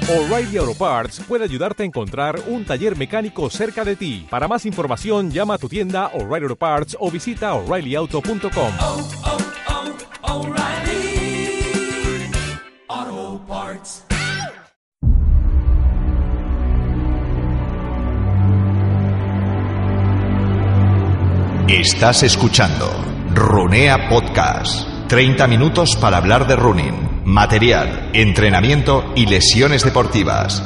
O'Reilly Auto Parts puede ayudarte a encontrar un taller mecánico cerca de ti. Para más información, llama a tu tienda O'Reilly Auto Parts o visita O'ReillyAuto.com. O'Reilly Auto Parts. Estás escuchando Runea Podcast. 30 minutos para hablar de running, material, entrenamiento y lesiones deportivas.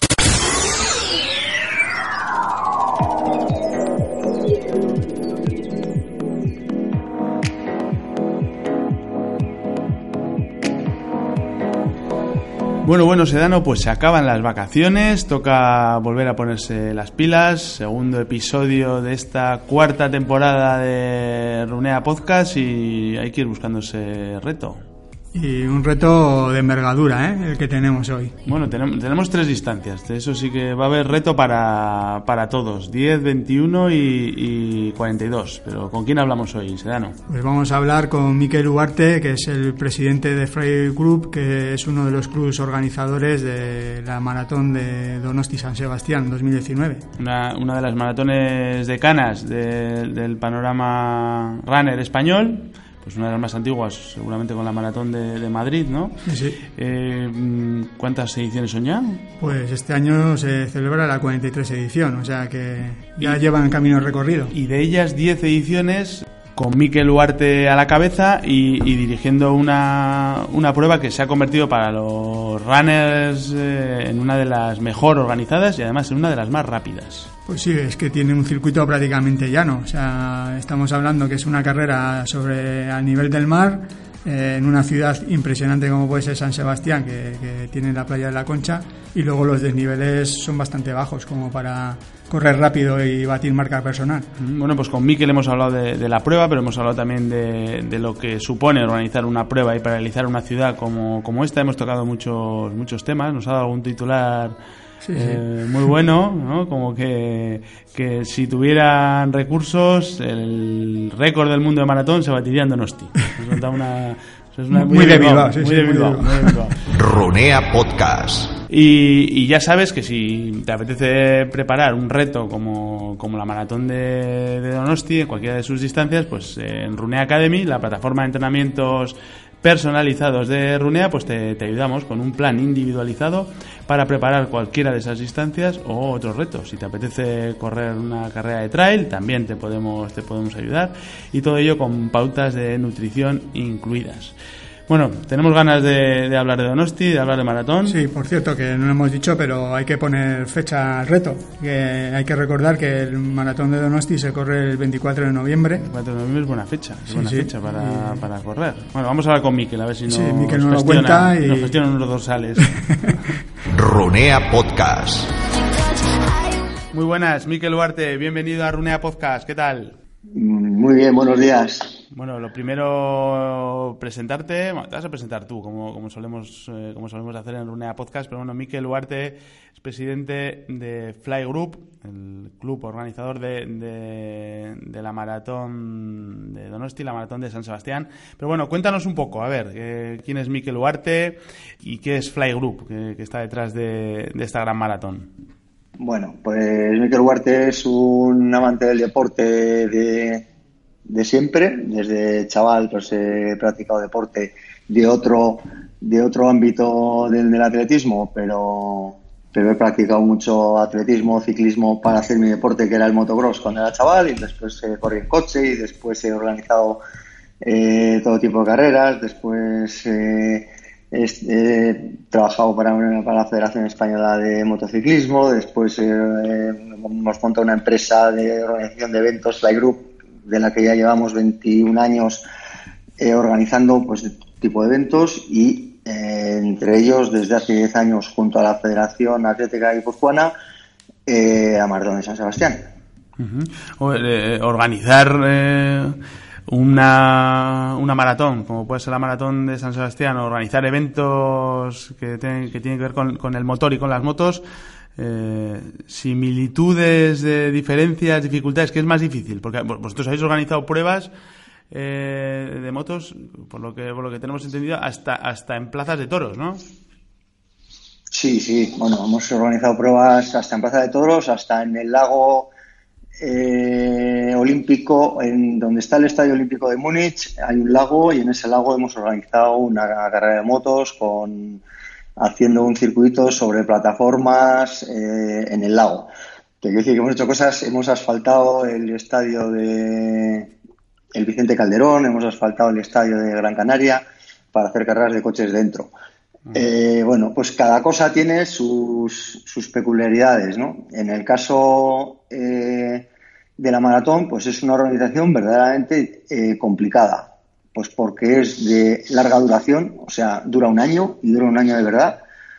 Bueno, Sedano, pues se acaban las vacaciones, toca volver a ponerse las pilas, segundo episodio de esta cuarta temporada de Runea Podcast y hay que ir buscando ese reto. Y un reto de envergadura, el que tenemos hoy. Bueno, tenemos 3 distancias, de eso sí que va a haber reto para todos, 10, 21 y 42. Pero ¿con quién hablamos hoy, Sedano? Pues vamos a hablar con Mikel Ugarte, que es el presidente de Fly Group, que es uno de los clubes organizadores de la maratón de Donosti San Sebastián 2019. Una de las maratones decanas del panorama runner español. Pues una de las más antiguas, seguramente con la maratón de Madrid, ¿no? Sí. ¿Cuántas ediciones son ya? Pues este año se celebra la 43 edición, o sea que ya llevan camino recorrido. Y de ellas 10 ediciones con Mikel Ugarte a la cabeza y dirigiendo una prueba que se ha convertido para los runners en una de las mejor organizadas y además en una de las más rápidas. Pues sí, es que tiene un circuito prácticamente llano, o sea, estamos hablando que es una carrera al nivel del mar, en una ciudad impresionante como puede ser San Sebastián, que tiene la playa de la Concha, y luego los desniveles son bastante bajos como para correr rápido y batir marca personal. Bueno, pues con Mikel hemos hablado de la prueba, pero hemos hablado también de lo que supone organizar una prueba y paralizar una ciudad como esta. Hemos tocado muchos temas, nos ha dado algún titular sí. Muy bueno, ¿no? Como que si tuvieran recursos el récord del mundo de maratón se batiría en Donosti. Nos da muy de Bilbao. Runea Podcast. Y ya sabes que si te apetece preparar un reto como la maratón de Donosti en cualquiera de sus distancias, pues en Runea Academy, la plataforma de entrenamientos personalizados de Runea, pues te ayudamos con un plan individualizado para preparar cualquiera de esas distancias o otros retos. Si te apetece correr una carrera de trail, también te podemos ayudar, y todo ello con pautas de nutrición incluidas. Bueno, tenemos ganas de hablar de Donosti, de hablar de maratón. Sí, por cierto, que no lo hemos dicho, pero hay que poner fecha al reto. Que hay que recordar que el maratón de Donosti se corre el 24 de noviembre. El 24 de noviembre es buena fecha, fecha para correr. Bueno, vamos a hablar con Mikel, a ver si nos lo cuenta y nos gestionan unos dorsales. Runea Podcast. Muy buenas, Mikel Ugarte, bienvenido a Runea Podcast, ¿qué tal? Muy bien, buenos días. Bueno, lo primero, presentarte. Bueno, te vas a presentar tú, como solemos hacer en Runea Podcast, pero bueno, Mikel Ugarte es presidente de Fly Group, el club organizador de la maratón de Donosti, la maratón de San Sebastián. Pero bueno, cuéntanos un poco, a ver, quién es Mikel Ugarte y qué es Fly Group, que está detrás de esta gran maratón. Bueno, pues Mikel Ugarte es un amante del deporte de siempre. Desde chaval pues he practicado deporte de otro ámbito del atletismo, pero he practicado mucho atletismo, ciclismo para hacer mi deporte, que era el motocross cuando era chaval, y después corrí en coche y después he organizado todo tipo de carreras. Después he trabajado para la Federación Española de Motociclismo. Después hemos montado una empresa de organización de eventos, Fly Group, de la que ya llevamos 21 años organizando pues tipo de eventos, y entre ellos desde hace 10 años junto a la Federación Atlética Guipuzcoana a Maratón de San Sebastián. Organizar una maratón, como puede ser la maratón de San Sebastián, o organizar eventos que tienen que ver con el motor y con las motos, similitudes, diferencias, dificultades, ¿qué es más difícil? Porque vosotros habéis organizado pruebas de motos, por lo que tenemos entendido, hasta en plazas de toros, ¿no? Sí, bueno, hemos organizado pruebas hasta en Plaza de Toros, hasta en el lago olímpico, en donde está el Estadio Olímpico de Múnich, hay un lago y en ese lago hemos organizado una carrera de motos haciendo un circuito sobre plataformas en el lago. Te quiero decir que hemos hecho cosas, hemos asfaltado el estadio de el Vicente Calderón, hemos asfaltado el estadio de Gran Canaria para hacer carreras de coches dentro. Bueno, pues cada cosa tiene sus peculiaridades, ¿no? En el caso de la maratón, pues es una organización verdaderamente complicada, pues porque es de larga duración, o sea, dura un año y dura un año de verdad.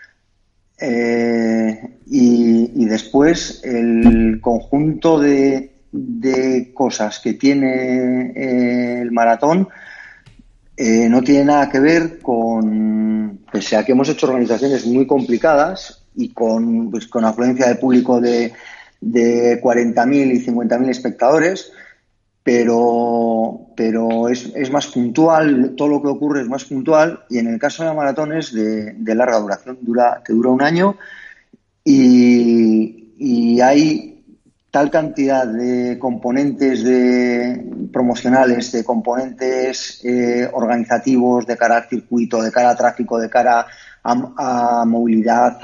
Y después el conjunto de cosas que tiene el maratón no tiene nada que ver pese a que hemos hecho organizaciones muy complicadas y con afluencia de público de 40.000 y 50.000 espectadores, pero es más puntual, todo lo que ocurre es más puntual, y en el caso de la maratón es de larga duración, que dura un año, y hay tal cantidad de componentes promocionales, de componentes organizativos, de cara al circuito, de cara a tráfico, de cara a movilidad,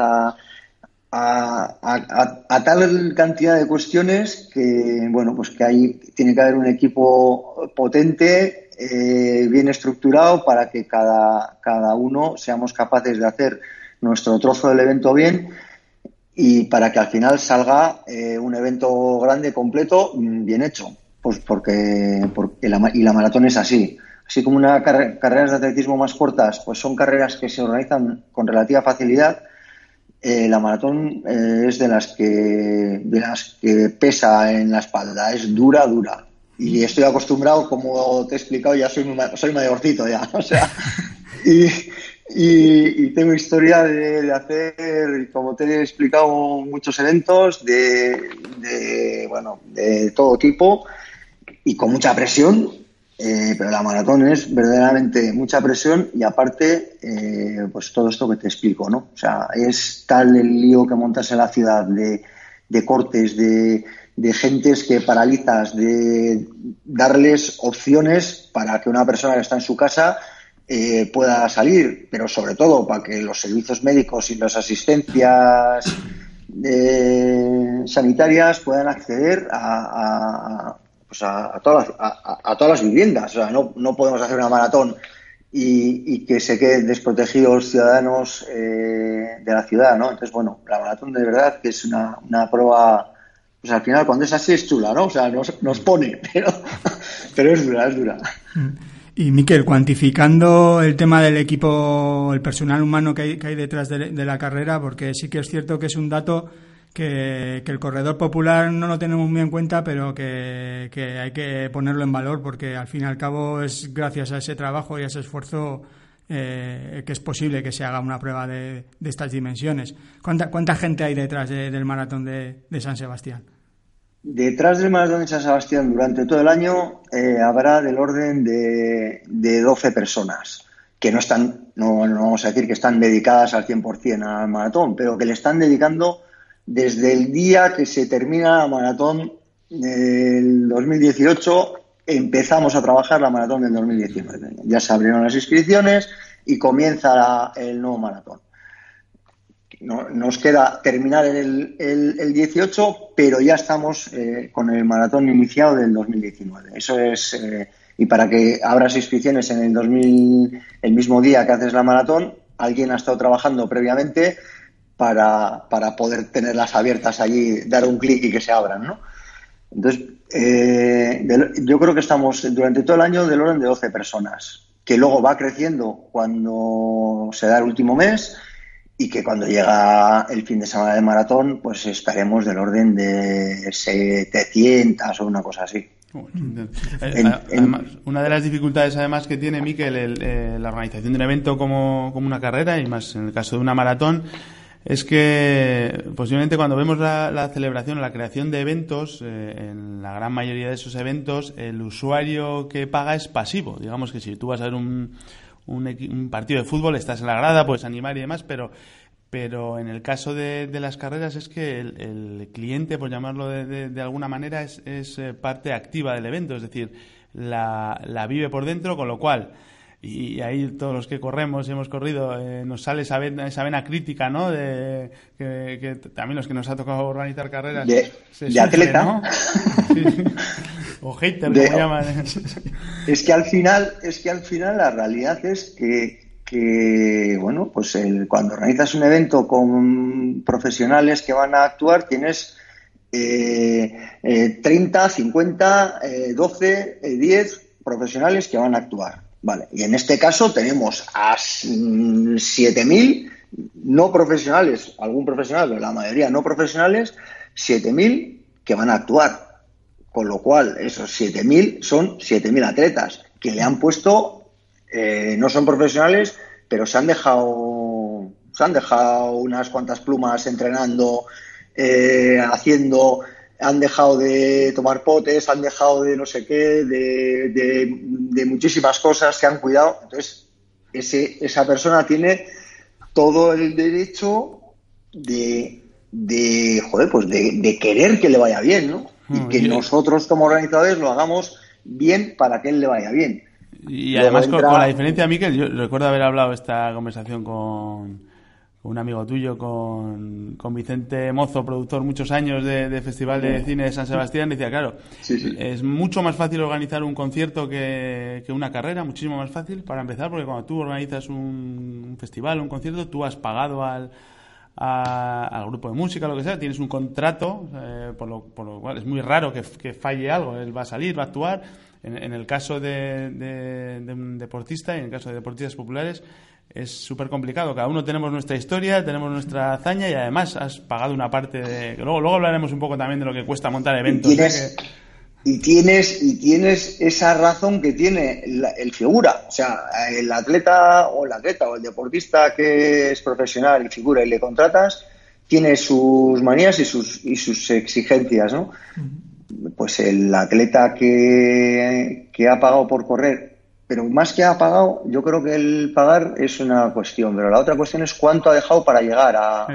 a tal cantidad de cuestiones que, bueno, pues que tiene que haber un equipo potente, bien estructurado, para que cada uno seamos capaces de hacer nuestro trozo del evento bien, y para que al final salga un evento grande, completo, bien hecho. Pues porque la maratón es así. Así como carreras de atletismo más cortas, pues son carreras que se organizan con relativa facilidad. La maratón es de las que pesa en la espalda, es dura. Y estoy acostumbrado, como te he explicado, ya soy mayorcito ya, o sea, y tengo historia de hacer, como te he explicado, muchos eventos de todo tipo y con mucha presión, pero la maratón es verdaderamente mucha presión, y aparte pues todo esto que te explico, ¿no? O sea, es tal el lío que montas en la ciudad de cortes, de gentes que paralizas, de darles opciones para que una persona que está en su casa pueda salir, pero sobre todo para que los servicios médicos y las asistencias sanitarias puedan acceder a todas las viviendas. O sea, no podemos hacer una maratón y que se queden desprotegidos ciudadanos de la ciudad, ¿no? Entonces, bueno, la maratón de verdad que es una prueba, pues al final cuando es así es chula, ¿no? O sea, nos pone, pero es dura. Y Miquel, cuantificando el tema del equipo, el personal humano que hay detrás de la carrera, porque sí que es cierto que es un dato que el corredor popular no lo tenemos muy en cuenta, pero que hay que ponerlo en valor, porque al fin y al cabo es gracias a ese trabajo y a ese esfuerzo que es posible que se haga una prueba de estas dimensiones. ¿Cuánta gente hay detrás del maratón de San Sebastián? Detrás del maratón de San Sebastián durante todo el año habrá del orden de 12 personas que no vamos a decir que están dedicadas al 100% al maratón, pero que le están dedicando desde el día que se termina la maratón del 2018. Empezamos a trabajar la maratón del 2019. Ya se abrieron las inscripciones y comienza el nuevo maratón. Nos queda terminar el 18, pero ya estamos con el maratón iniciado del 2019. Eso es, y para que abras inscripciones en el mismo día que haces la maratón, alguien ha estado trabajando previamente para poder tenerlas abiertas allí, dar un clic y que se abran, ¿no? Entonces, yo creo que estamos durante todo el año del orden de 12 personas, que luego va creciendo cuando se da el último mes, y que cuando llega el fin de semana del maratón, pues estaremos del orden de 700 o una cosa así. Además, una de las dificultades además que tiene Miquel la organización de un evento como una carrera, y más en el caso de una maratón, es que posiblemente cuando vemos la celebración, la creación de eventos, en la gran mayoría de esos eventos el usuario que paga es pasivo. Digamos que si tú vas a ver un partido de fútbol, estás en la grada, puedes animar y demás, pero Pero en el caso de las carreras es que el cliente, por llamarlo de alguna manera, es parte activa del evento, es decir, la vive por dentro, con lo cual, y ahí todos los que corremos y hemos corrido, nos sale esa vena crítica, ¿no? Que también los que nos ha tocado organizar carreras de sufren, atleta, ¿no? Sí. O hater, como llaman. Es que al final la realidad es que bueno, pues cuando organizas un evento con profesionales que van a actuar, tienes 30, 50, 12, 10 profesionales que van a actuar. Vale, y en este caso tenemos a 7.000 no profesionales, algún profesional, pero la mayoría no profesionales, 7.000 que van a actuar. Con lo cual, esos 7.000 son 7.000 atletas que le han puesto, no son profesionales, pero se han dejado unas cuantas plumas entrenando, han dejado de tomar potes, han dejado de no sé qué, de muchísimas cosas que han cuidado. Entonces, esa persona tiene todo el derecho de querer que le vaya bien, ¿no? Y que nosotros como organizadores lo hagamos bien para que él le vaya bien. Y además con la diferencia, Miquel, yo recuerdo haber hablado esta conversación con un amigo tuyo, con Vicente Mozo, productor muchos años de Festival de Cine de San Sebastián. Decía, claro, sí. Es mucho más fácil organizar un concierto que una carrera, muchísimo más fácil para empezar, porque cuando tú organizas un festival, un concierto, tú has pagado al grupo de música, lo que sea, tienes un contrato, por lo cual es muy raro que falle algo. Él va a salir, va a actuar. En el caso de un deportista y en el caso de deportistas populares es súper complicado. Cada uno tenemos nuestra historia, tenemos nuestra hazaña y además has pagado una parte de... Luego hablaremos un poco también de lo que cuesta montar eventos. Y tienes esa razón que tiene el figura. O sea, el atleta o el deportista que es profesional y figura y le contratas, tiene sus manías y sus exigencias, ¿no? Pues el atleta que ha pagado por correr, pero más que ha pagado, yo creo que el pagar es una cuestión, pero la otra cuestión es cuánto ha dejado para llegar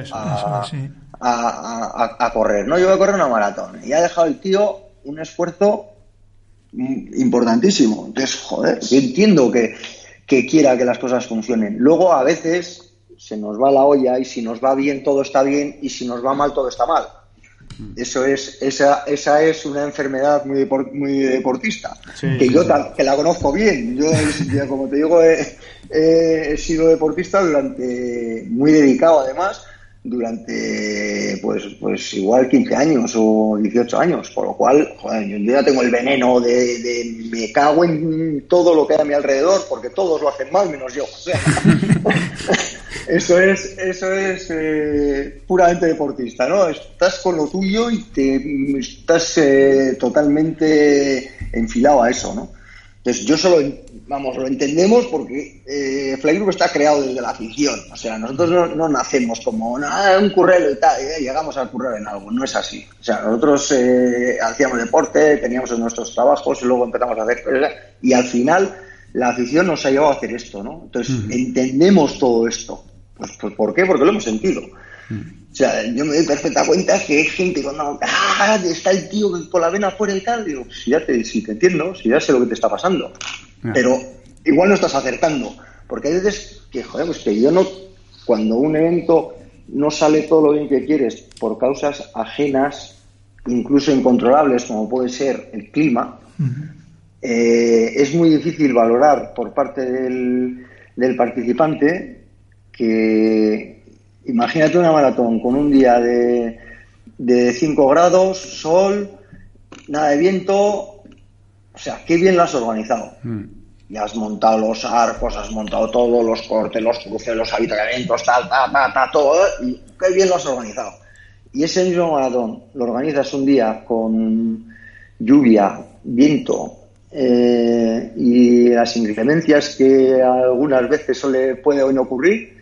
a correr, ¿no? Yo voy a correr una maratón y ha dejado el tío un esfuerzo importantísimo. Entonces, joder, yo entiendo que quiera que las cosas funcionen. Luego, a veces, se nos va la olla y si nos va bien, todo está bien, y si nos va mal, todo está mal. Esa es una enfermedad muy deportista, yo que la conozco bien. Yo, como te digo, he sido deportista muy dedicado además, durante pues igual 15 años o 18 años, por lo cual, joder, yo ya tengo el veneno de me cago en todo lo que hay a mi alrededor, porque todos lo hacen mal menos yo. O sea, eso es puramente deportista, ¿no? Estás con lo tuyo y estás totalmente enfilado a eso, ¿no? Entonces yo lo entendemos porque Fly Group está creado desde la afición. O sea, nosotros no nacemos como un currero y tal, y llegamos a currar en algo. No es así. O sea, nosotros hacíamos deporte, teníamos nuestros trabajos y luego empezamos a hacer cosas. Y al final la afición nos ha llevado a hacer esto, ¿no? Entonces entendemos todo esto. Pues ¿por qué? Porque lo hemos sentido. O sea, yo me doy perfecta cuenta que hay gente cuando está el tío por la vena afuera y tal, digo, si te entiendo, si ya sé lo que te está pasando, pero igual no estás acertando, porque hay veces que, joder, pues que cuando un evento no sale todo lo bien que quieres por causas ajenas, incluso incontrolables, como puede ser el clima, es muy difícil valorar por parte del participante que... Imagínate una maratón con un día de 5 grados, sol, nada de viento. O sea, qué bien lo has organizado. Y has montado los arcos, has montado todos los cortes, los cruces, los avituallamientos, todo. Y qué bien lo has organizado. Y ese mismo maratón lo organizas un día con lluvia, viento y las inclemencias que algunas veces pueden ocurrir.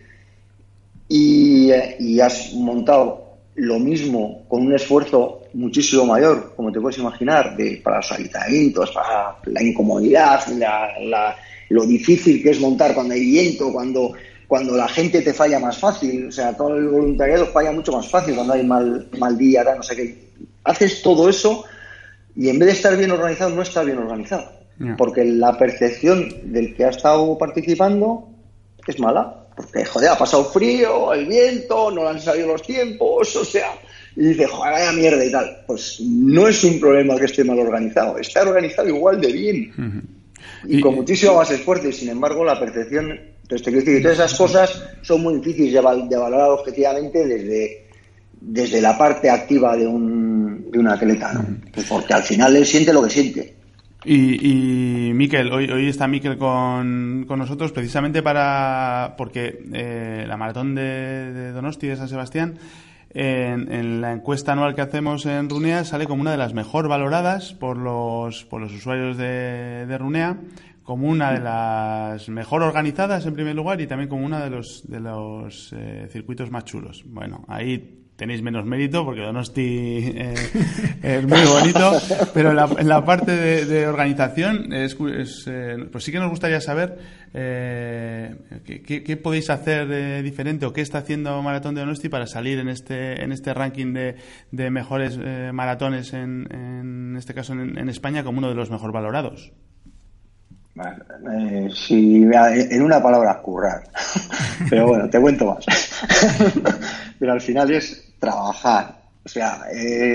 Y has montado lo mismo con un esfuerzo muchísimo mayor, como te puedes imaginar, para los avituallamientos, para la incomodidad, lo difícil que es montar cuando hay viento, cuando cuando la gente te falla más fácil, o sea, todo el voluntariado falla mucho más fácil cuando hay mal día, no sé qué. Haces todo eso y en vez de estar bien organizado, no está bien organizado. Yeah. Porque la percepción del que ha estado participando es mala. Porque, joder, ha pasado frío, el viento, no le han salido los tiempos, o sea, y dice, joder, vaya mierda y tal. Pues no es un problema que esté mal organizado, está organizado igual de bien. Uh-huh. Y con muchísimo más esfuerzo, y sin embargo la percepción... Entonces, te quiero decir que todas esas cosas son muy difíciles de valorar objetivamente desde la parte activa de un atleta, ¿no? Pues porque al final él siente lo que siente. Y Mikel, hoy está Mikel con nosotros precisamente porque la maratón de Donosti de San Sebastián, en la encuesta anual que hacemos en Runea, sale como una de las mejor valoradas por los usuarios de Runea, como una de las mejor organizadas en primer lugar y también como una de los circuitos más chulos. Bueno, ahí tenéis menos mérito porque Donosti es muy bonito, pero en la parte de organización pues sí que nos gustaría saber qué podéis hacer diferente o qué está haciendo Maratón de Donosti para salir en este ranking de mejores maratones en este caso en España como uno de los mejor valorados. Sí, en una palabra, currar. Pero bueno, te cuento más. Pero al final es trabajar. O sea,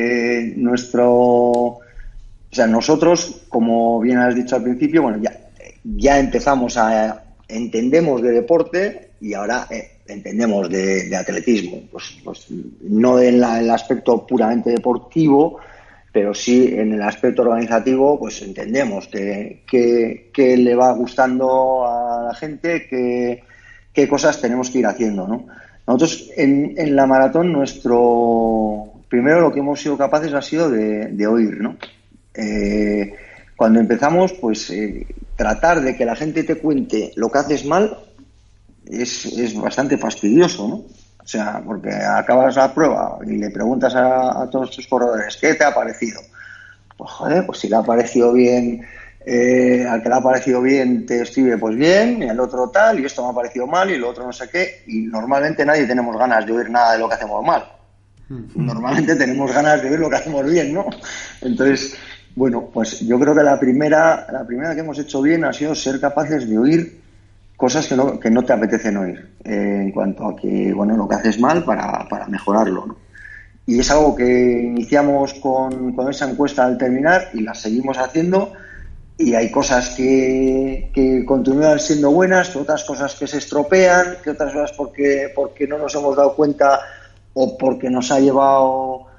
nosotros, como bien has dicho al principio, bueno, ya empezamos entendemos de deporte y ahora entendemos de atletismo. Pues no en el aspecto puramente deportivo, pero sí en el aspecto organizativo, pues entendemos que le va gustando a la gente, qué cosas tenemos que ir haciendo, ¿no? Nosotros en la maratón primero lo que hemos sido capaces ha sido de oír, ¿no? Cuando empezamos, pues tratar de que la gente te cuente lo que haces mal es bastante fastidioso, ¿no? O sea, porque acabas la prueba y le preguntas a todos tus corredores ¿qué te ha parecido? Pues joder, pues si le ha parecido bien, al que le ha parecido bien te escribe pues bien, y al otro tal, y esto me ha parecido mal, y lo otro no sé qué, y normalmente nadie tenemos ganas de oír nada de lo que hacemos mal. Normalmente tenemos ganas de oír lo que hacemos bien, ¿no? Entonces, bueno, pues yo creo que la primera que hemos hecho bien ha sido ser capaces de oír cosas que no te apetecen oír, en cuanto a que, bueno, lo que haces mal para mejorarlo, ¿no? Y es algo que iniciamos con esa encuesta al terminar y la seguimos haciendo, y hay cosas que continúan siendo buenas, que otras cosas que se estropean, que otras cosas porque no nos hemos dado cuenta o porque nos ha llevado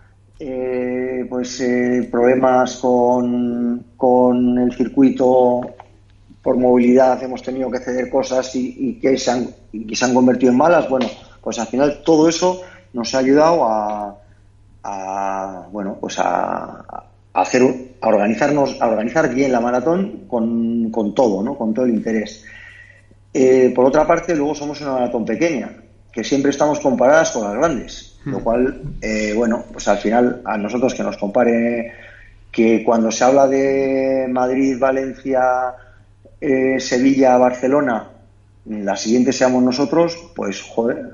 problemas con el circuito. Por movilidad hemos tenido que ceder cosas y que se han convertido en malas. Bueno, pues al final todo eso nos ha ayudado a organizar bien la maratón con todo, ¿no? Con todo el interés. Por otra parte, luego somos una maratón pequeña, que siempre estamos comparadas con las grandes, lo cual, pues al final a nosotros que nos compare, que cuando se habla de Madrid, Valencia, Sevilla, Barcelona, la siguiente seamos nosotros, pues joder,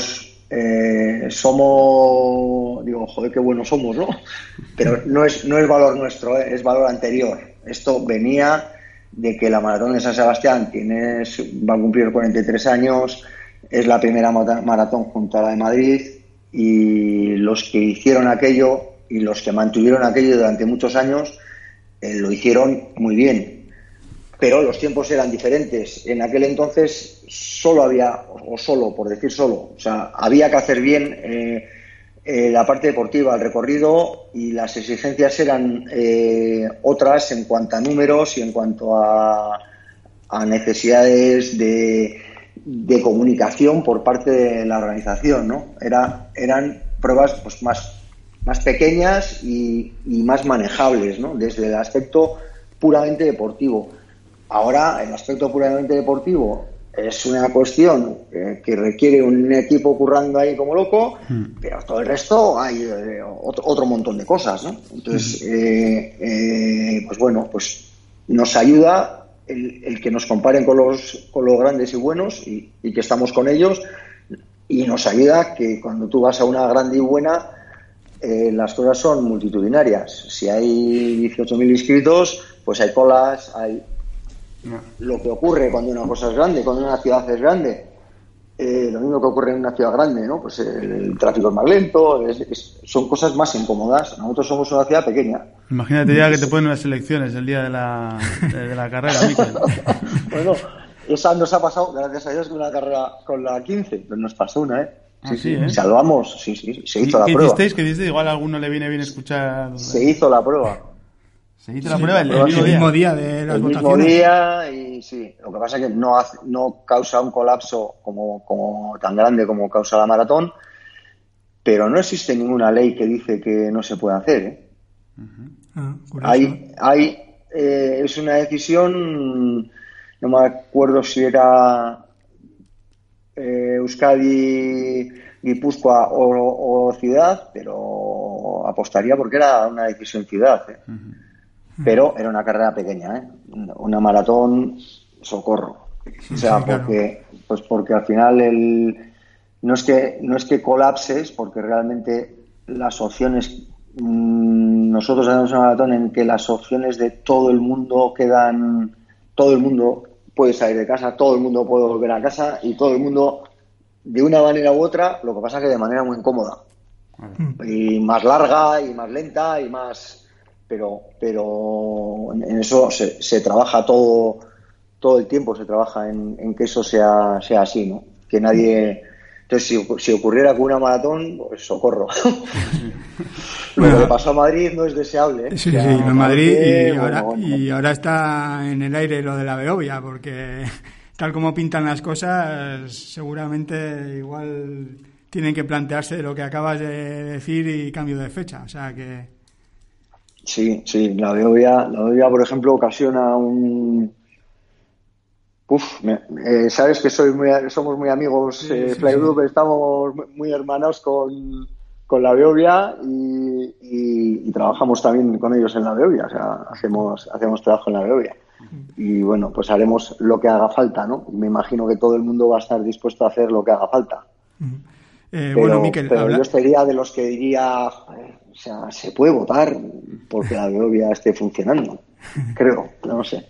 digo, joder, qué buenos somos, ¿no? Pero no es valor nuestro, es valor anterior. Esto venía de que la maratón de San Sebastián va a cumplir 43 años, es la primera maratón junto a la de Madrid, y los que hicieron aquello y los que mantuvieron aquello durante muchos años lo hicieron muy bien. Pero los tiempos eran diferentes. En aquel entonces había que hacer bien la parte deportiva, el recorrido, y las exigencias eran otras en cuanto a números y en cuanto a necesidades de comunicación por parte de la organización, ¿no? Eran pruebas pues más pequeñas y más manejables, ¿no? Desde el aspecto puramente deportivo. Ahora, el aspecto puramente deportivo es una cuestión que requiere un equipo currando ahí como loco, pero todo el resto hay otro montón de cosas, ¿no? Entonces, pues nos ayuda el que nos comparen con los grandes y buenos y que estamos con ellos, y nos ayuda que cuando tú vas a una grande y buena, las cosas son multitudinarias. Si hay 18.000 inscritos, pues hay colas, hay lo que ocurre cuando una cosa es grande, cuando una ciudad es grande. Lo mismo que ocurre en una ciudad grande, ¿no? Pues el tráfico es más lento, son cosas más incómodas. Nosotros somos una ciudad pequeña. Imagínate ya que te ponen las elecciones el día de la carrera, Mikel. Bueno, esa nos ha pasado, gracias a Dios, con una carrera con la 15, pero nos pasó una, ¿eh? Sí, ¿eh? Salvamos, sí, se hizo la prueba. ¿Qué hicisteis? Igual a alguno le viene bien escuchar. Se hizo la prueba. Se hizo la prueba el mismo día de las votaciones. El mismo día, y sí. Lo que pasa es que no causa un colapso como tan grande como causa la maratón, pero no existe ninguna ley que dice que no se puede hacer, ¿eh? Es una decisión, no me acuerdo si era Euskadi, Guipúzcoa o ciudad, pero apostaría porque era una decisión ciudad, ¿eh? Pero era una carrera pequeña, ¿eh? Una maratón, socorro. O sea, porque al final no es que colapses, porque realmente las opciones, nosotros hacemos una maratón en que las opciones de todo el mundo quedan, todo el mundo puede salir de casa, todo el mundo puede volver a casa y todo el mundo, de una manera u otra, lo que pasa es que de manera muy incómoda. Y más larga y más lenta y más... Pero en eso se trabaja todo el tiempo, se trabaja en que eso sea así, ¿no? Que nadie... Entonces, si ocurriera con una maratón, pues socorro. Lo que pasó a Madrid no es deseable, ¿eh? Sí, en Madrid y ahora está en el aire lo de la Beovia, porque tal como pintan las cosas, seguramente igual tienen que plantearse lo que acabas de decir y cambio de fecha, o sea que... Sí, la Beovia, por ejemplo, ocasiona un... sabes que somos muy amigos, Flygroup, estamos muy hermanos con la Beovia y trabajamos también con ellos en la Beovia, o sea, hacemos trabajo en la Beovia. Y bueno, pues haremos lo que haga falta, ¿no? Y me imagino que todo el mundo va a estar dispuesto a hacer lo que haga falta. Bueno, Mikel, yo sería de los que diría, o sea, se puede votar porque la Beovia esté funcionando, creo, no sé.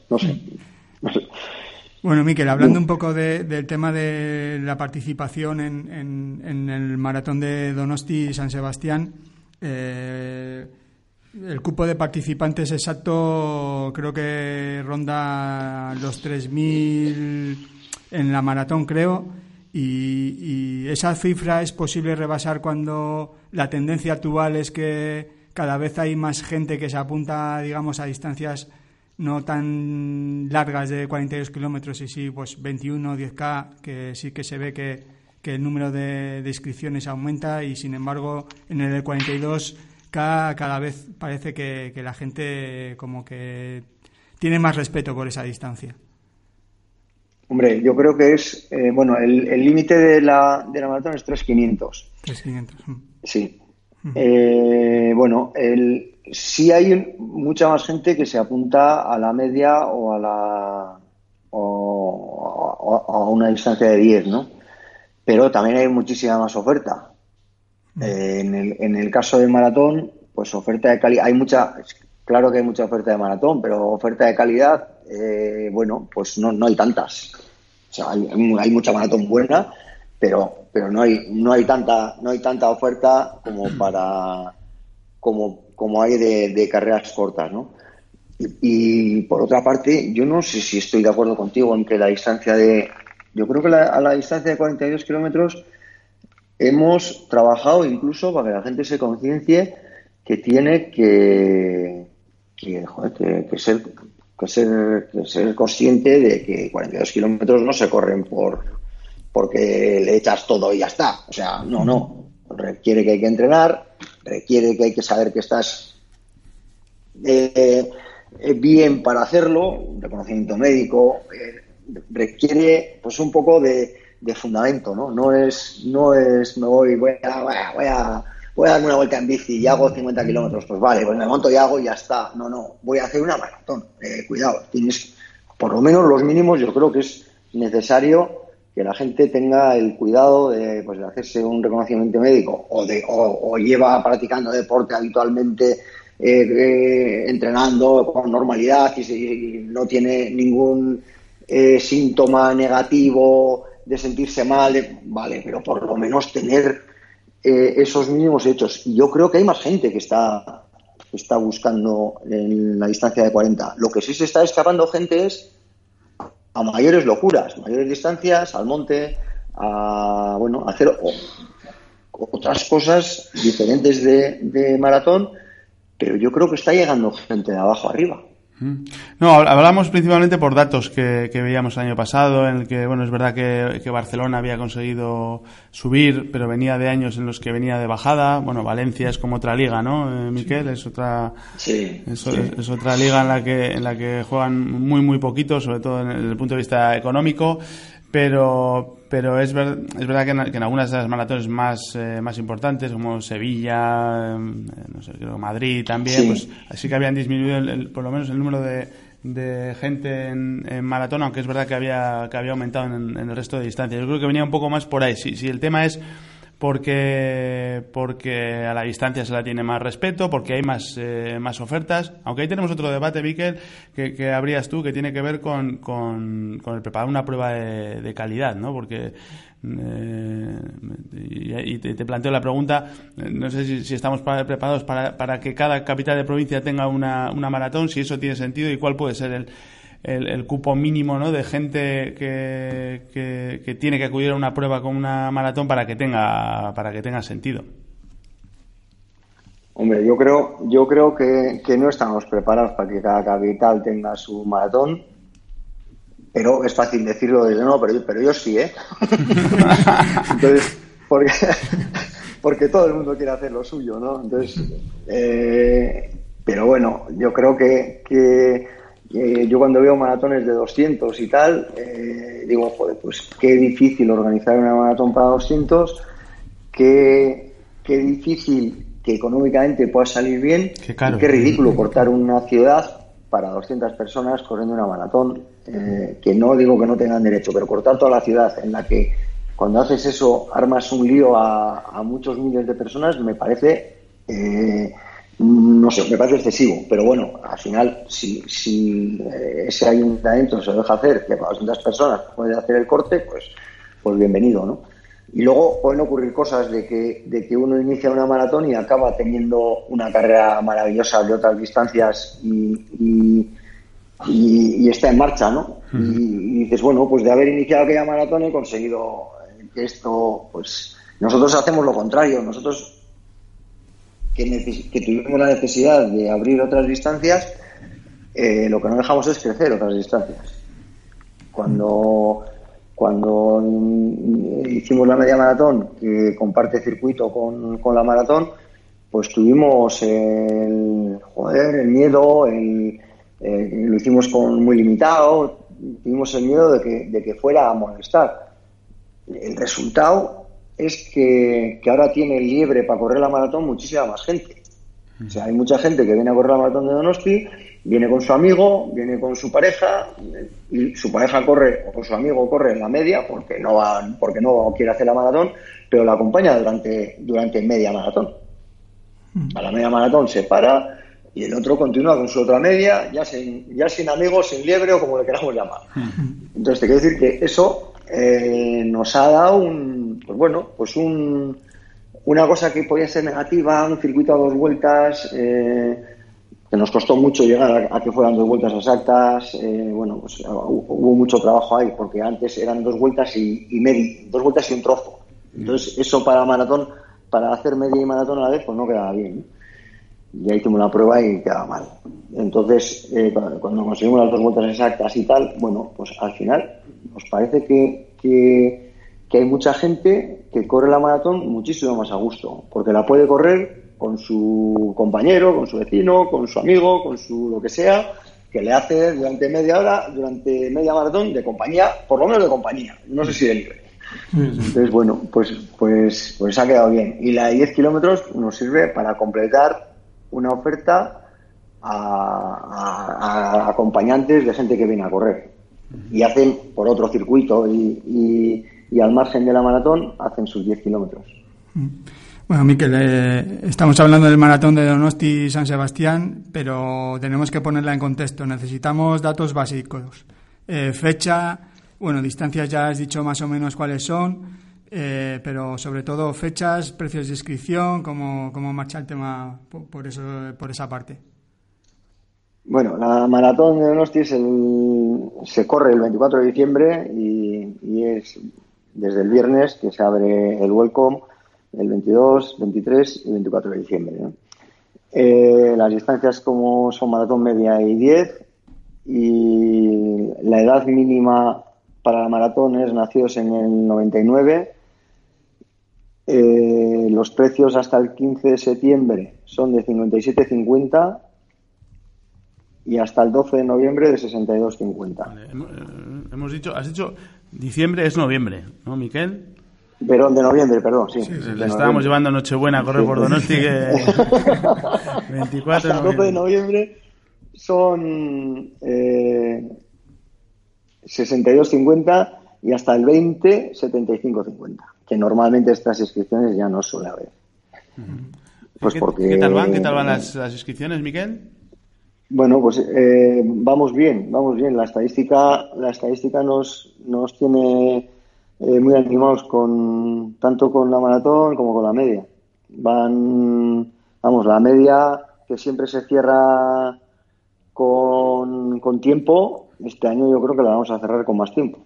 Bueno, Mikel, hablando un poco del tema de la participación en el maratón de Donosti San Sebastián, el cupo de participantes exacto creo que ronda los 3.000 en la maratón, creo. Y esa cifra es posible rebasar cuando la tendencia actual es que cada vez hay más gente que se apunta, digamos, a distancias no tan largas de 42 kilómetros y sí, pues 21, 10K, que sí que se ve que el número de inscripciones aumenta y sin embargo en el 42K cada vez parece que la gente como que tiene más respeto por esa distancia. Hombre, yo creo que es... el límite de la maratón es 3.500. 3.500. Sí. Sí hay mucha más gente que se apunta a la media o a una distancia de 10, ¿no? Pero también hay muchísima más oferta. En el caso del maratón, pues oferta de calidad... Claro que hay mucha oferta de maratón, pero oferta de calidad, pues no hay tantas. O sea, hay mucha maratón buena, pero no hay tanta oferta como hay de carreras cortas, ¿no? Y por otra parte, yo no sé si estoy de acuerdo contigo en que la distancia yo creo que a la distancia de 42 kilómetros hemos trabajado incluso para que la gente se conciencie que tiene que ser consciente de que 42 kilómetros no se corren porque le echas todo y ya está. O sea, no. Requiere que hay que entrenar, requiere que hay que saber que estás bien para hacerlo, un reconocimiento médico, requiere pues un poco de fundamento, ¿no? No es voy a darme una vuelta en bici y hago 50 kilómetros, pues vale, pues me monto y hago y ya está. No, voy a hacer una maratón. Cuidado, tienes por lo menos los mínimos, yo creo que es necesario que la gente tenga el cuidado de hacerse un reconocimiento médico o lleva practicando deporte habitualmente, entrenando con normalidad y no tiene ningún síntoma negativo de sentirse mal, vale, pero por lo menos tener esos mínimos hechos. Y yo creo que hay más gente que está buscando en la distancia de 40. Lo que sí se está escapando gente es a mayores locuras, mayores distancias, al monte, a hacer otras cosas diferentes de maratón, pero yo creo que está llegando gente de abajo arriba. No, hablamos principalmente por datos que veíamos el año pasado, en el que, es verdad que Barcelona había conseguido subir, pero venía de años en los que venía de bajada. Valencia es como otra liga, ¿no, Miquel? Es otra, es otra liga en la que juegan muy, muy poquito, sobre todo desde el punto de vista económico. Pero es verdad que en algunas de las maratones más importantes, como Sevilla, creo Madrid también, pues así que habían disminuido por lo menos el número de gente en maratón, aunque es verdad que había aumentado en el resto de distancias. Yo creo que venía un poco más por ahí. Si el tema es porque a la distancia se la tiene más respeto, porque hay más ofertas, aunque ahí tenemos otro debate, Miquel, que abrías tú, que tiene que ver con el preparar una prueba de calidad, ¿no? Porque y te planteo la pregunta, no sé si estamos preparados para que cada capital de provincia tenga una maratón, si eso tiene sentido y cuál puede ser el cupo mínimo, ¿no?, de gente que tiene que acudir a una prueba con una maratón para que tenga sentido. Hombre, yo creo que no estamos preparados para que cada capital tenga su maratón, pero es fácil decirlo desde no, pero yo sí, ¿eh? Entonces, porque todo el mundo quiere hacer lo suyo, ¿no? Entonces, pero bueno, yo creo que yo cuando veo maratones de 200 y tal, digo, joder, pues qué difícil organizar una maratón para 200, qué difícil que económicamente pueda salir bien, qué ridículo cortar una ciudad para 200 personas corriendo una maratón, que no digo que no tengan derecho, pero cortar toda la ciudad en la que cuando haces eso armas un lío a muchos miles de personas, me parece... no sé, me parece excesivo, pero bueno, al final, si ese ayuntamiento se lo deja hacer, que para 200 personas puede hacer el corte, pues bienvenido, ¿no? Y luego pueden ocurrir cosas de que uno inicia una maratón y acaba teniendo una carrera maravillosa de otras distancias y está en marcha, ¿no? Y dices, bueno, pues de haber iniciado aquella maratón he conseguido que esto, pues nosotros hacemos lo contrario, nosotros que tuvimos la necesidad de abrir otras distancias, lo que no dejamos es crecer otras distancias. Cuando hicimos la media maratón, que comparte circuito con la maratón, pues tuvimos el miedo, lo hicimos muy limitado, tuvimos el miedo de que fuera a molestar. El resultado es que ahora tiene el Liebre para correr la maratón muchísima más gente. O sea, hay mucha gente que viene a correr la maratón de Donosti, viene con su amigo, viene con su pareja, y su pareja corre o su amigo corre en la media porque no quiere hacer la maratón, pero la acompaña durante media maratón. A la media maratón se para y el otro continúa con su otra media, ya sin amigos, sin liebre o como le queramos llamar. Entonces te quiero decir que eso nos ha dado una cosa que podía ser negativa, un circuito a 2 vueltas, que nos costó mucho llegar a que fueran 2 vueltas exactas. Hubo mucho trabajo ahí, porque antes eran 2 vueltas y media, 2 vueltas y un trozo. Entonces eso para maratón, para hacer media y maratón a la vez, pues no quedaba bien. Ya hicimos la prueba y quedaba mal. Entonces, cuando conseguimos las 2 vueltas exactas y tal, bueno, pues al final nos parece que hay mucha gente que corre la maratón muchísimo más a gusto, porque la puede correr con su compañero, con su vecino, con su amigo, con su lo que sea, que le hace durante media maratón de compañía, por lo menos de compañía, no sé si de libre. Entonces, bueno, pues ha quedado bien. Y la de 10 kilómetros nos sirve para completar una oferta a acompañantes de gente que viene a correr. Y hacen por otro circuito y al margen de la maratón hacen sus 10 kilómetros. Bueno, Mikel, estamos hablando del maratón de Donosti San Sebastián, pero tenemos que ponerla en contexto. Necesitamos datos básicos. Fecha, bueno, distancias ya has dicho más o menos cuáles son, pero sobre todo fechas, precios de inscripción, cómo marcha el tema por esa parte. Bueno, la maratón de Donosti se corre el 24 de diciembre y es desde el viernes que se abre el welcome, el 22, 23 y 24 de diciembre, ¿no? Las distancias como son maratón media y 10, y la edad mínima para la maratón es nacidos en el 99. Los precios hasta el 15 de septiembre son de 57,50 y hasta el 12 de noviembre de 62,50. Vale, has dicho diciembre es noviembre, ¿no, Miquel? Pero de noviembre, perdón, sí. Le estábamos llevando Nochebuena a correr por Donosti, que 24 hasta el 12 de noviembre son 62,50 y hasta el 20, 75,50. Que normalmente estas inscripciones ya no suele haber. Pues ¿Qué tal van las inscripciones, Miquel? Bueno, pues vamos bien. La estadística nos tiene muy animados tanto con la maratón como con la media. La media que siempre se cierra con tiempo, este año yo creo que la vamos a cerrar con más tiempo.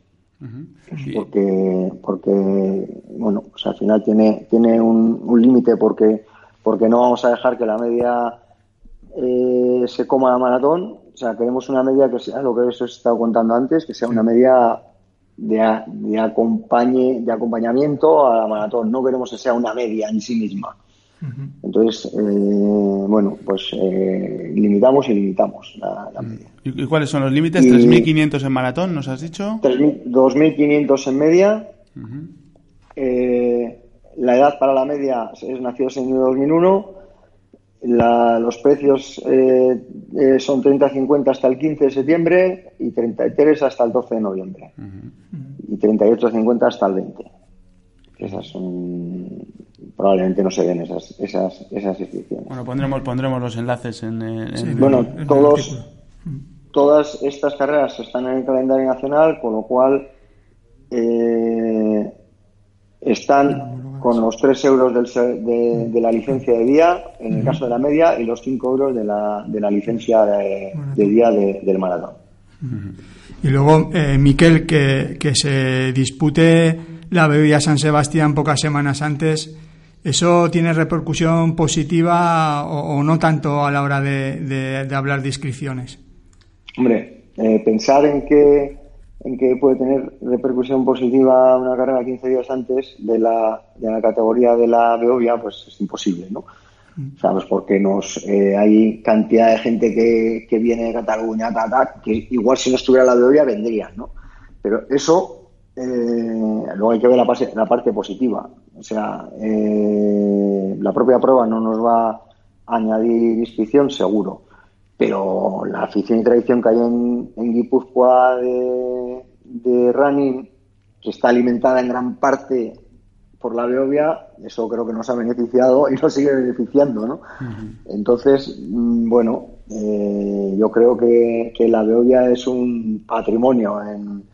Porque bueno, pues al final tiene un límite porque no vamos a dejar que la media se coma la maratón. O sea, queremos una media que sea lo que os he estado contando antes, que sea una media de acompañamiento a la maratón. No queremos que sea una media en sí misma. Entonces, bueno, pues limitamos la media. ¿Y cuáles son los límites? 3.500 en maratón, ¿nos has dicho? 2.500 en media. La edad para la media es nacidos en 2001. Los precios son 30,50 hasta el 15 de septiembre y 33 hasta el 12 de noviembre. Y 38,50 hasta el 20. Esas son... Probablemente no se ven esas inscripciones. Bueno, pondremos los enlaces en bueno, todas estas carreras están en el calendario nacional, con lo cual están con los 3 euros de la licencia de día, en el caso de la media, y los 5 euros de la licencia de día del maratón. Y luego, Miquel, que se dispute la Beovia San Sebastián pocas semanas antes, ¿eso tiene repercusión positiva o no tanto a la hora de hablar de inscripciones? Hombre, pensar en que puede tener repercusión positiva una carrera 15 días antes de la categoría de la Beovia, pues es imposible, ¿no? ¿Sabes? Porque hay cantidad de gente que viene de Cataluña, que igual si no estuviera la Beovia vendrían, ¿no? Pero eso... luego hay que ver la parte positiva. O sea, la propia prueba no nos va a añadir inscripción, seguro, pero la afición y tradición que hay en Guipúzcoa de running, que está alimentada en gran parte por la Beovia, eso creo que nos ha beneficiado y nos sigue beneficiando, ¿no? Entonces, bueno, yo creo que la Beovia es un patrimonio en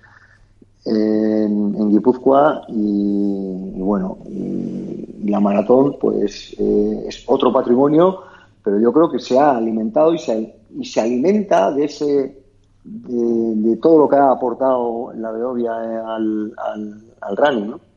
Guipúzcoa y bueno, y la maratón pues es otro patrimonio, pero yo creo que se ha alimentado y se alimenta de todo lo que ha aportado la Beovia al running, ¿no?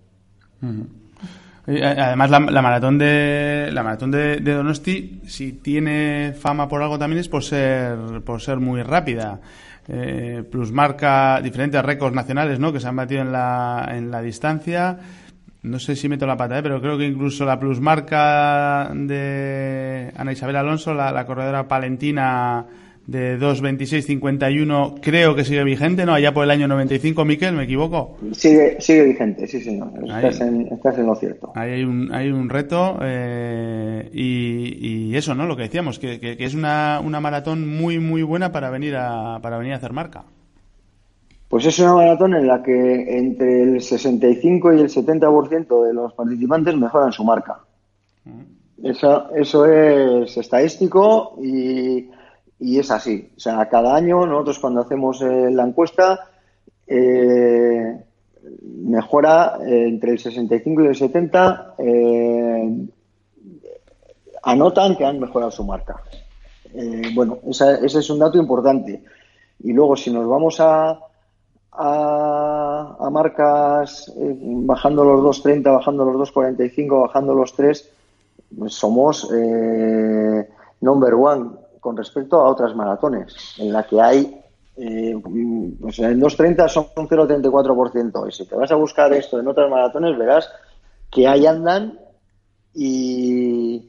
Además la maratón de Donosti, si tiene fama por algo, también es por ser muy rápida. Plusmarca diferentes récords nacionales, ¿no?, que se han batido en la distancia. No sé si meto la pata, pero creo que incluso la plusmarca de Ana Isabel Alonso, la corredora palentina, de 2:26:51, creo que sigue vigente, ¿no? Allá por el año 95, Miquel, ¿me equivoco? Sigue vigente, sí, señor. Estás en lo cierto. Ahí hay un reto y Y eso, ¿no? Lo que decíamos, que es una maratón muy, muy buena para venir a hacer marca. Pues es una maratón en la que entre el 65 y el 70% de los participantes mejoran su marca. Eso es estadístico y es así. O sea, cada año nosotros cuando hacemos la encuesta mejora entre el 65 y el 70 anotan que han mejorado su marca. Bueno, ese es un dato importante. Y luego si nos vamos a marcas bajando los 2.30, bajando los 2.45, bajando los 3, pues somos number one con respecto a otras maratones en la que hay pues en 2.30 son un 0.34%, y si te vas a buscar esto en otras maratones verás que ahí andan y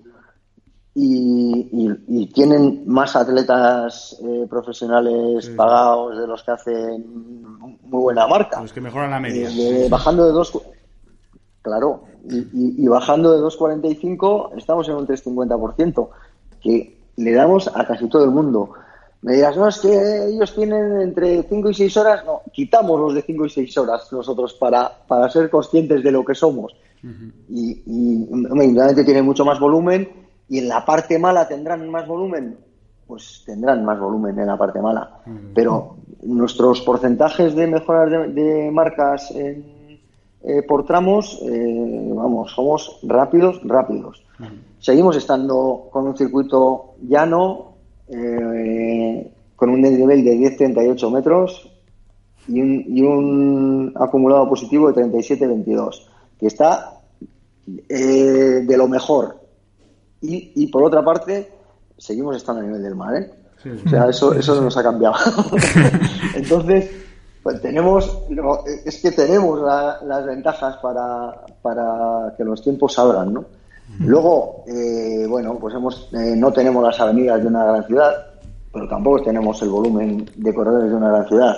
tienen más atletas profesionales pagados de los que hacen muy buena marca. Los que mejoran la media. Bajando de 2, claro, y bajando de 2.45 estamos en un 3.50%, que le damos a casi todo el mundo. Me dirás, no, es que ellos tienen entre 5 y 6 horas. No, quitamos los de 5 y 6 horas nosotros para ser conscientes de lo que somos. Uh-huh. Y realmente tienen mucho más volumen. ¿Y en la parte mala tendrán más volumen? Pues tendrán más volumen en la parte mala. Uh-huh. Pero nuestros porcentajes de mejoras de marcas por tramos, somos rápidos. Uh-huh. Seguimos estando con un circuito llano, con un nivel de 10.38 metros y un acumulado positivo de 37.22, que está de lo mejor. Y por otra parte, seguimos estando a nivel del mar, ¿eh? Sí. O sea, eso no nos ha cambiado. Entonces, pues tenemos las ventajas para que los tiempos salgan, ¿no? Luego, pues no tenemos las avenidas de una gran ciudad, pero tampoco tenemos el volumen de corredores de una gran ciudad.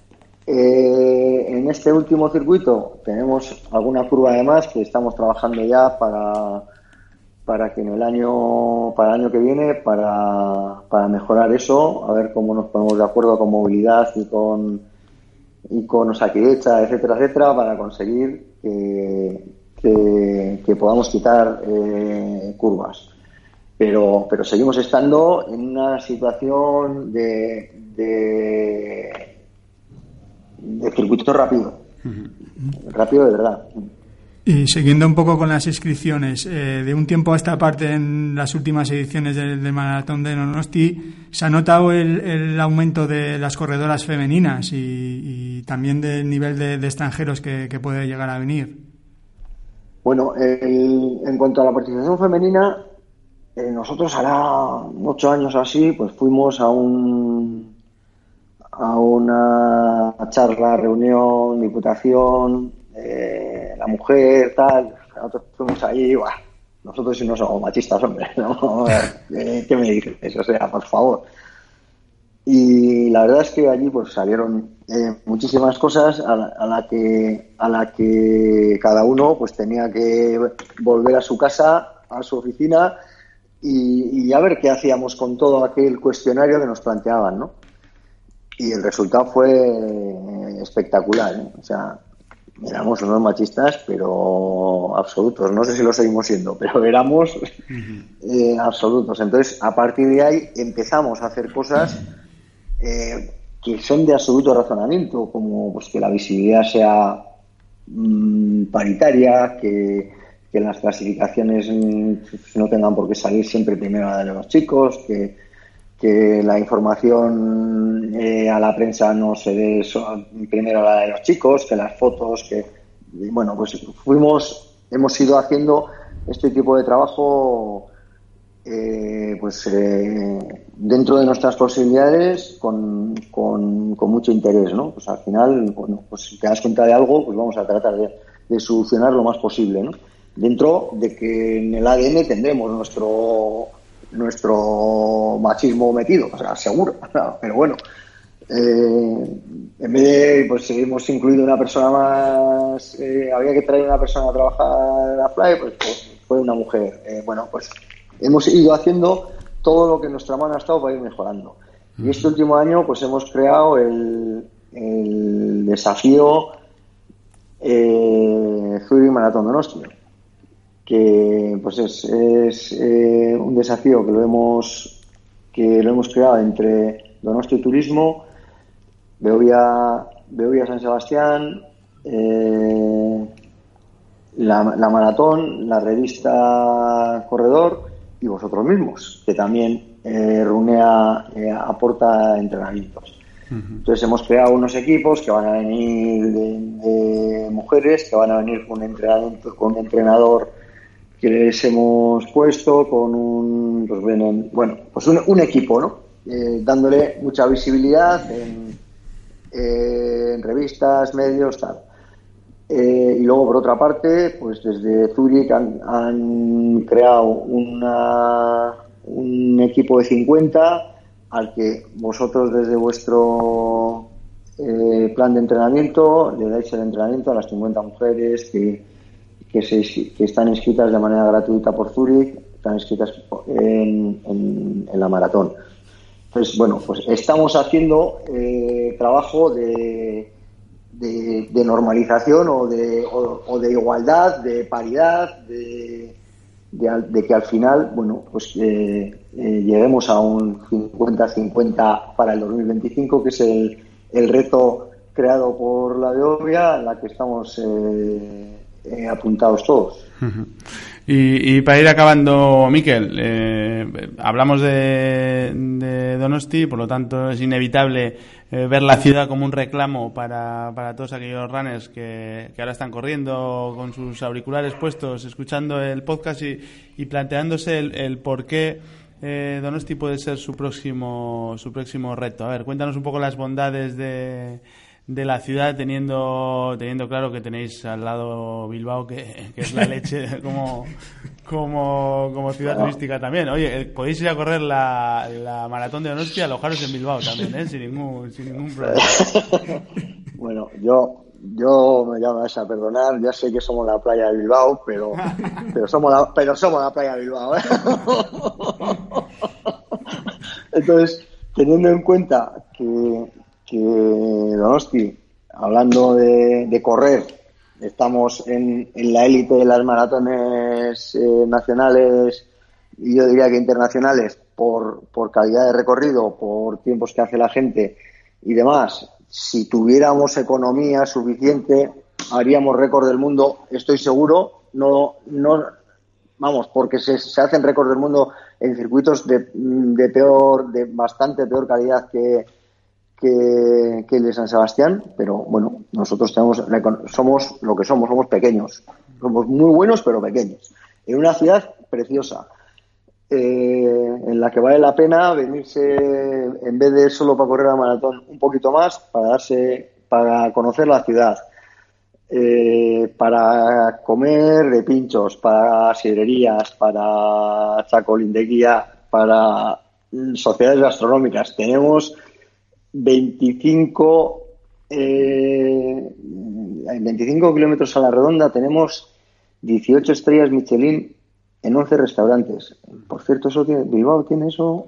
En este último circuito tenemos alguna curva de más que estamos trabajando ya para que para el año que viene, para mejorar eso, a ver cómo nos ponemos de acuerdo con movilidad y con Osakidetza, etcétera, para conseguir que podamos quitar curvas. Pero seguimos estando en una situación de circuito rápido. Uh-huh. Rápido de verdad. Y siguiendo un poco con las inscripciones, de un tiempo a esta parte en las últimas ediciones del Maratón de Donosti se ha notado el aumento de las corredoras femeninas y también del nivel de extranjeros que puede llegar a venir. Bueno, en cuanto a la participación femenina, nosotros hará 8 años así, pues fuimos a una charla, reunión, diputación, la mujer, tal. Nosotros fuimos ahí, nosotros si no somos machistas, hombre, ¿no? ¿Qué me dices? O sea, por favor. Y la verdad es que allí pues salieron muchísimas cosas a la que cada uno pues tenía que volver a su casa, a su oficina y a ver qué hacíamos con todo aquel cuestionario que nos planteaban, ¿no? Y el resultado fue espectacular, ¿eh? O sea, éramos unos machistas, pero absolutos. No sé si lo seguimos siendo, pero éramos absolutos. Entonces, a partir de ahí empezamos a hacer cosas que son de absoluto razonamiento, como pues que la visibilidad sea paritaria, que las clasificaciones no tengan por qué salir siempre primero la de los chicos, que la información a la prensa no se dé primero la de los chicos, que las fotos, pues hemos ido haciendo este tipo de trabajo dentro de nuestras posibilidades con mucho interés, ¿no? Pues al final, pues si te das cuenta de algo, pues vamos a tratar de solucionar lo más posible, ¿no? Dentro de que en el ADN tendremos nuestro machismo metido, o sea, seguro, pero bueno, en vez de, pues hemos incluido una persona más, había que traer una persona a trabajar a Fly, pues fue una mujer, hemos ido haciendo todo lo que en nuestra mano ha estado para ir mejorando. Y este último año pues hemos creado el desafío Zurich Maratón Donostia, que pues es un desafío que lo hemos creado entre Donosti Turismo, Behobia San Sebastián, la maratón, la revista Corredor y vosotros mismos, que también Runea aporta entrenamientos. Entonces hemos creado unos equipos que van a venir de mujeres, que van a venir con un entrenador que les hemos puesto, con un equipo, ¿no? Dándole mucha visibilidad en revistas, medios, tal. Y luego, por otra parte, pues desde Zurich han creado un equipo de 50 al que vosotros desde vuestro plan de entrenamiento le dais el entrenamiento a las 50 mujeres que están inscritas de manera gratuita por Zurich, están inscritas en la maratón. Entonces, bueno, pues estamos haciendo trabajo de normalización o de igualdad, de paridad, de que al final, bueno, pues lleguemos a un 50-50 para el 2025, que es el reto creado por la Behobia, en la que estamos apuntados todos. Y para ir acabando, Mikel, hablamos de Donosti, por lo tanto es inevitable ver la ciudad como un reclamo para todos aquellos runners que ahora están corriendo con sus auriculares puestos, escuchando el podcast y planteándose el por qué Donosti puede ser su próximo reto. A ver, cuéntanos un poco las bondades de la ciudad, teniendo claro que tenéis al lado Bilbao, que es la leche como ciudad turística también. Oye, podéis ir a correr la maratón de Donostia, alojaros en Bilbao también, sin ningún problema. Bueno, yo me vas a perdonar, ya sé que somos la playa de Bilbao, pero somos la playa de Bilbao, ¿eh? Entonces, teniendo en cuenta que Donosti, hablando de correr, estamos en la élite de las maratones nacionales y yo diría que internacionales por calidad de recorrido, por tiempos que hace la gente y demás. Si tuviéramos economía suficiente, haríamos récord del mundo, estoy seguro. No, vamos, porque se hacen récords del mundo en circuitos de bastante peor calidad que el de San Sebastián, pero bueno, nosotros somos lo que somos pequeños, somos muy buenos pero pequeños, en una ciudad preciosa, en la que vale la pena venirse, en vez de solo para correr la maratón, un poquito más, para conocer la ciudad, para comer de pinchos, para sidrerías, para chacolindeguía, para sociedades gastronómicas. Tenemos 25 kilómetros a la redonda, tenemos 18 estrellas Michelin en 11 restaurantes. Por cierto, ¿Bilbao tiene eso?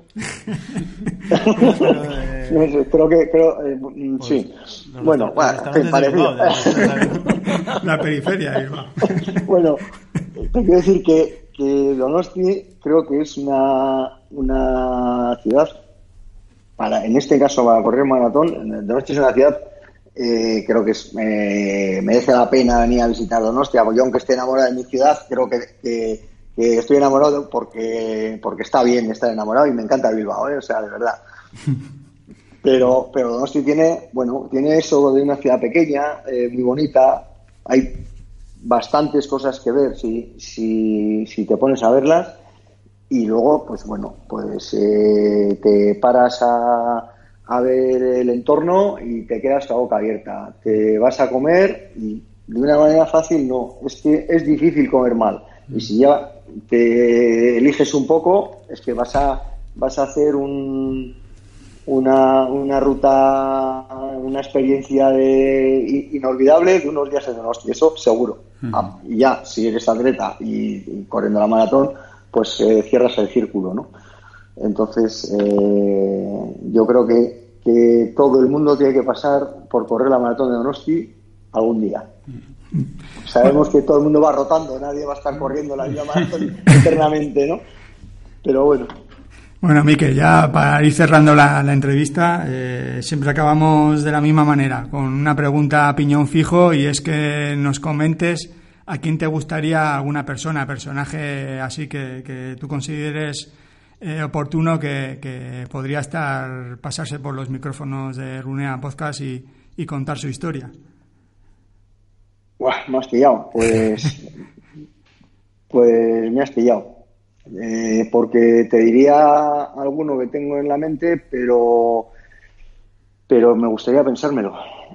Sí. Bueno, parecido. La periferia de Bilbao. Bueno, te quiero decir que Donosti creo que es una ciudad, en este caso para correr maratón. Donosti es una ciudad, creo que merece la pena venir a visitar Donostia. Yo, aunque esté enamorado de mi ciudad, creo que estoy enamorado porque está bien estar enamorado y me encanta Bilbao, o sea, de verdad. Pero Donosti tiene eso de una ciudad pequeña, muy bonita. Hay bastantes cosas que ver si te pones a verlas. Y luego, pues bueno, te paras a ver el entorno y te quedas la boca abierta. Te vas a comer y de una manera fácil no, es que es difícil comer mal. Y si ya te eliges un poco, es que vas a hacer una ruta, una experiencia inolvidable de unos días en Donosti, eso seguro. Y ya, si eres atleta y corriendo la maratón, pues cierras el círculo, ¿no? Entonces, yo creo que todo el mundo tiene que pasar por correr la maratón de Donosti algún día. Sabemos que todo el mundo va rotando, nadie va a estar corriendo la misma maratón eternamente, ¿no? Pero bueno. Bueno, Mikel, ya para ir cerrando la entrevista, siempre acabamos de la misma manera, con una pregunta a piñón fijo, y es que nos comentes a quién te gustaría, alguna personaje así que tú consideres oportuno que podría pasarse por los micrófonos de Runea Podcast y contar su historia. Buah, me has pillado, pues me has pillado. Porque te diría alguno que tengo en la mente, pero me gustaría pensármelo.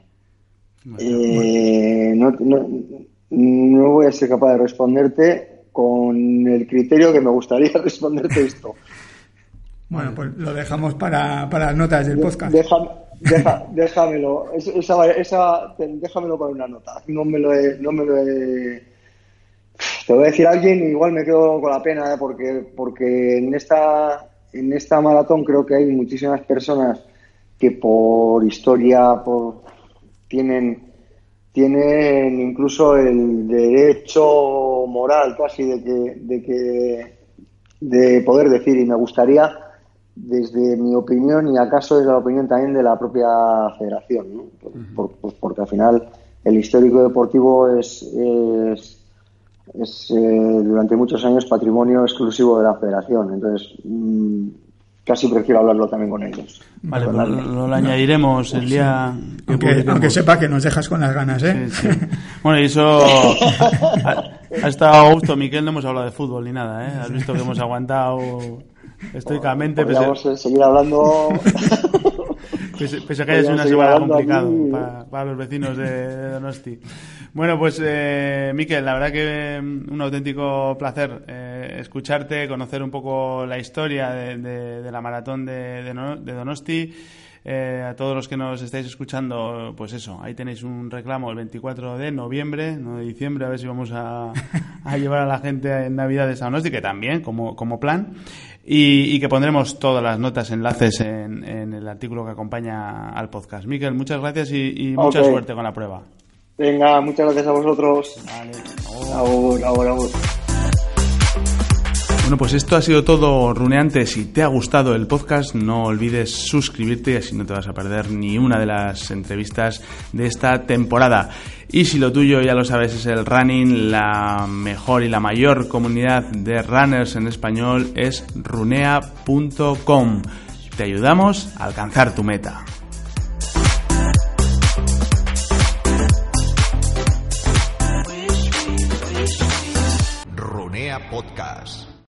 No voy a ser capaz de responderte con el criterio que me gustaría responderte esto. Bueno, pues lo dejamos para las notas del podcast. Déjamelo. Déjamelo para una nota. No me lo he. Te voy a decir a alguien y igual me quedo con la pena, porque en esta maratón creo que hay muchísimas personas que por historia tienen incluso el derecho moral casi de poder decir, y me gustaría, desde mi opinión y acaso desde la opinión también de la propia federación, ¿no? Porque al final el histórico deportivo es durante muchos años patrimonio exclusivo de la federación, entonces casi prefiero hablarlo también con ellos. Vale, pues lo añadiremos el día que aunque sepa que nos dejas con las ganas, ¿eh? Sí. Bueno, y eso ha estado a gusto, Miquel, no hemos hablado de fútbol ni nada, ¿eh? Has visto que hemos aguantado estoicamente. Podríamos seguir hablando. Pese a que haya sido una semana complicada para los vecinos de Donosti. Bueno, pues Miquel, la verdad que un auténtico placer escucharte, conocer un poco la historia de la maratón de Donosti. A todos los que nos estáis escuchando, pues eso, ahí tenéis un reclamo el 24 de noviembre, no de diciembre, a ver si vamos a llevar a la gente en Navidades a Donosti, que también, como plan. Y que pondremos todas las notas, enlaces en el artículo que acompaña al podcast. Miquel, muchas gracias y mucha suerte con la prueba. Venga, muchas gracias a vosotros. Vale. Ahora. Bueno, pues esto ha sido todo, runeantes. Si te ha gustado el podcast, no olvides suscribirte y así no te vas a perder ni una de las entrevistas de esta temporada. Y si lo tuyo, ya lo sabes, es el running, la mejor y la mayor comunidad de runners en español es runea.com. Te ayudamos a alcanzar tu meta.